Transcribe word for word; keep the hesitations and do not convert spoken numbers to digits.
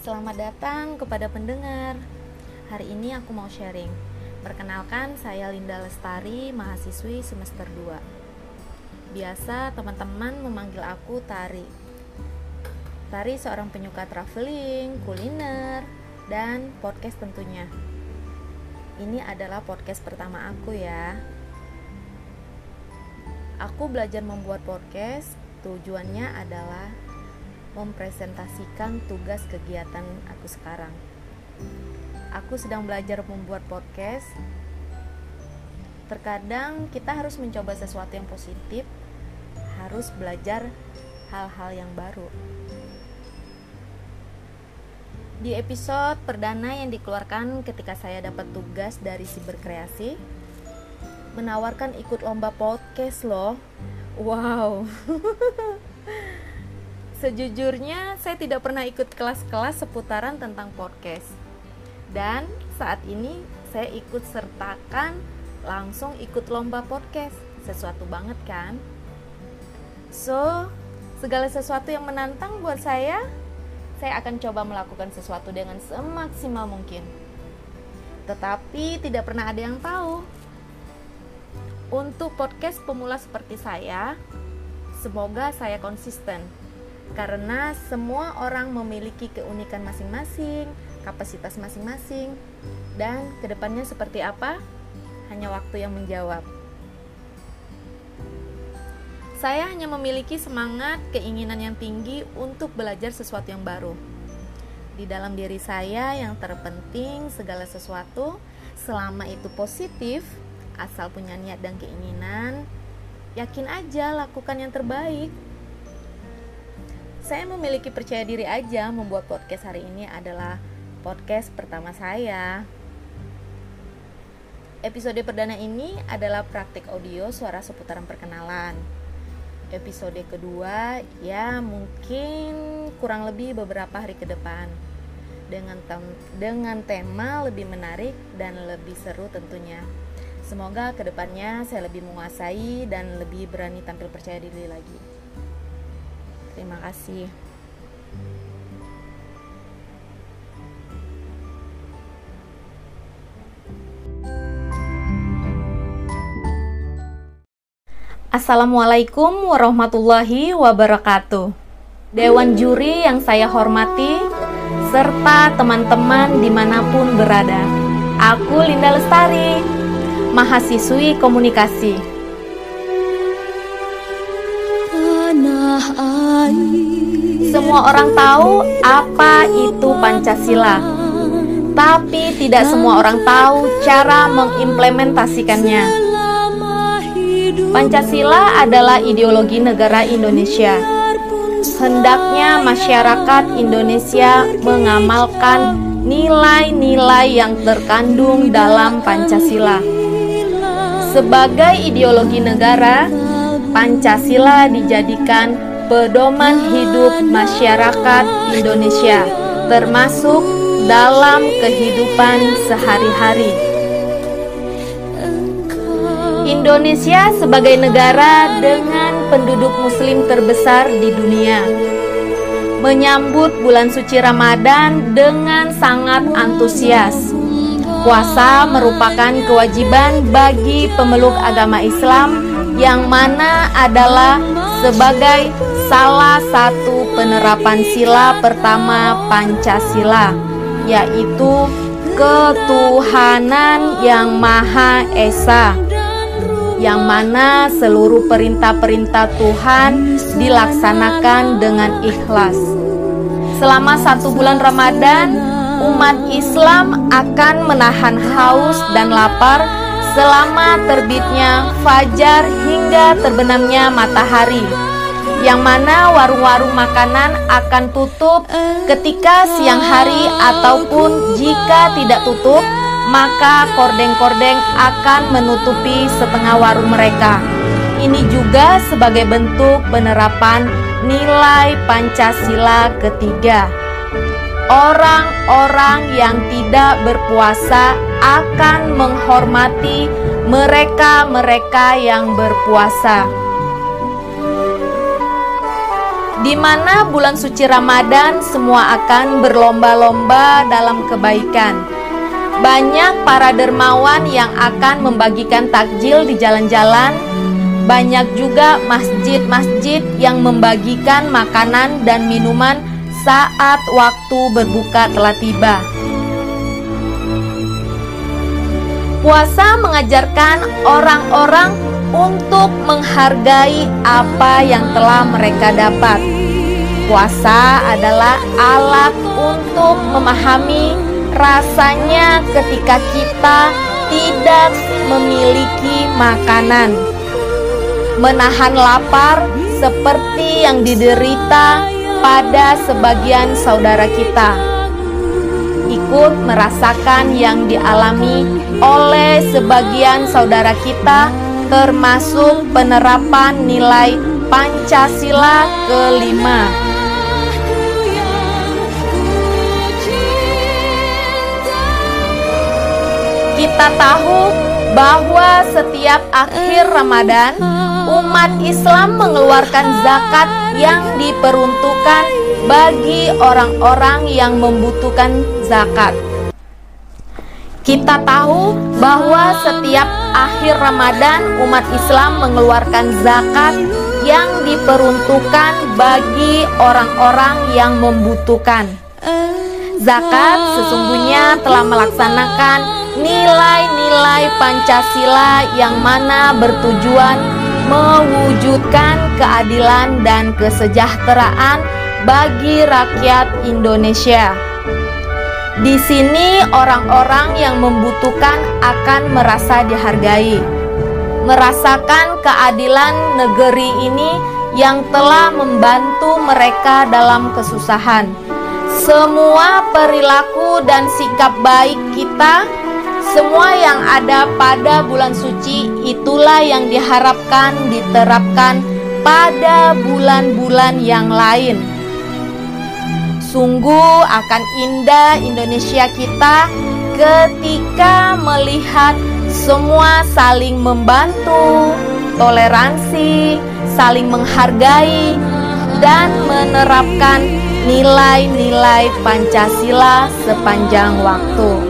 Selamat datang kepada pendengar. Hari ini aku mau sharing. Perkenalkan, saya Linda Lestari, mahasiswi semester dua. Biasa teman-teman memanggil aku Tari. Tari seorang penyuka traveling, kuliner, dan podcast tentunya. Ini adalah podcast pertama aku ya. Aku belajar membuat podcast, tujuannya adalah mempresentasikan tugas kegiatan aku sekarang. Aku sedang belajar membuat podcast. Terkadang kita harus mencoba sesuatu yang positif, harus belajar hal-hal yang baru. Di episode perdana yang dikeluarkan ketika saya dapat tugas dari Siberkreasi, menawarkan ikut lomba podcast loh. Wow. Sejujurnya saya tidak pernah ikut kelas-kelas seputaran tentang podcast. Dan saat ini saya ikut sertakan langsung ikut lomba podcast. Sesuatu banget kan? So, segala sesuatu yang menantang buat saya, saya akan coba melakukan sesuatu dengan semaksimal mungkin. Tetapi tidak pernah ada yang tahu. Untuk podcast pemula seperti saya, semoga saya konsisten. Karena semua orang memiliki keunikan masing-masing, kapasitas masing-masing, dan kedepannya seperti apa, hanya waktu yang menjawab. Saya hanya memiliki semangat, keinginan yang tinggi untuk belajar sesuatu yang baru. Di dalam diri saya yang terpenting segala sesuatu, selama itu positif, asal punya niat dan keinginan, yakin aja lakukan yang terbaik. Saya memiliki percaya diri aja membuat podcast hari ini adalah podcast pertama saya. Episode perdana ini adalah praktik audio suara seputaran perkenalan. Episode kedua ya mungkin kurang lebih beberapa hari ke depan. Dengan, tem- dengan tema lebih menarik dan lebih seru tentunya. Semoga kedepannya saya lebih menguasai dan lebih berani tampil percaya diri lagi. Terima kasih. Assalamualaikum warahmatullahi wabarakatuh. Dewan juri yang saya hormati, serta teman-teman dimanapun berada. Aku Linda Lestari, mahasiswi komunikasi. Semua orang tahu apa itu Pancasila, tapi tidak semua orang tahu cara mengimplementasikannya. Pancasila adalah ideologi negara Indonesia. Hendaknya masyarakat Indonesia mengamalkan nilai-nilai yang terkandung dalam Pancasila. Sebagai ideologi negara, Pancasila dijadikan pedoman hidup masyarakat Indonesia, termasuk dalam kehidupan sehari-hari. Indonesia sebagai negara dengan penduduk muslim terbesar di dunia, menyambut bulan suci Ramadan dengan sangat antusias. Puasa merupakan kewajiban bagi pemeluk agama Islam, yang mana adalah sebagai salah satu penerapan sila pertama Pancasila, yaitu ketuhanan yang Maha Esa, yang mana seluruh perintah-perintah Tuhan dilaksanakan dengan ikhlas. Selama satu bulan Ramadan, umat Islam akan menahan haus dan lapar selama terbitnya fajar hingga terbenamnya matahari, yang mana warung-warung makanan akan tutup ketika siang hari, ataupun jika tidak tutup, maka kordeng-kordeng akan menutupi setengah warung mereka. Ini juga sebagai bentuk penerapan nilai Pancasila ketiga. Orang-orang yang tidak berpuasa akan menghormati mereka-mereka yang berpuasa. di mana bulan suci Ramadan semua akan berlomba-lomba dalam kebaikan. Banyak para dermawan yang akan membagikan takjil di jalan-jalan. Banyak juga masjid-masjid yang membagikan makanan dan minuman saat waktu berbuka telah tiba. Puasa mengajarkan orang-orang untuk menghargai apa yang telah mereka dapat. Puasa adalah alat untuk memahami rasanya ketika kita tidak memiliki makanan, menahan lapar seperti yang diderita pada sebagian saudara kita, ikut merasakan yang dialami oleh sebagian saudara kita, termasuk penerapan nilai Pancasila kelima. Kita tahu bahwa setiap akhir Ramadan umat Islam mengeluarkan zakat yang diperuntukkan bagi orang-orang yang membutuhkan zakat. Kita tahu bahwa setiap akhir Ramadan umat Islam mengeluarkan zakat yang diperuntukkan bagi orang-orang yang membutuhkan. Zakat sesungguhnya telah melaksanakan nilai-nilai Pancasila yang mana bertujuan mewujudkan keadilan dan kesejahteraan bagi rakyat Indonesia. Di sini orang-orang yang membutuhkan akan merasa dihargai, merasakan keadilan negeri ini yang telah membantu mereka dalam kesusahan. Semua perilaku dan sikap baik kita, semua yang ada pada bulan suci, itulah yang diharapkan diterapkan pada bulan-bulan yang lain. Sungguh akan indah Indonesia kita ketika melihat semua saling membantu, toleransi, saling menghargai, dan menerapkan nilai-nilai Pancasila sepanjang waktu.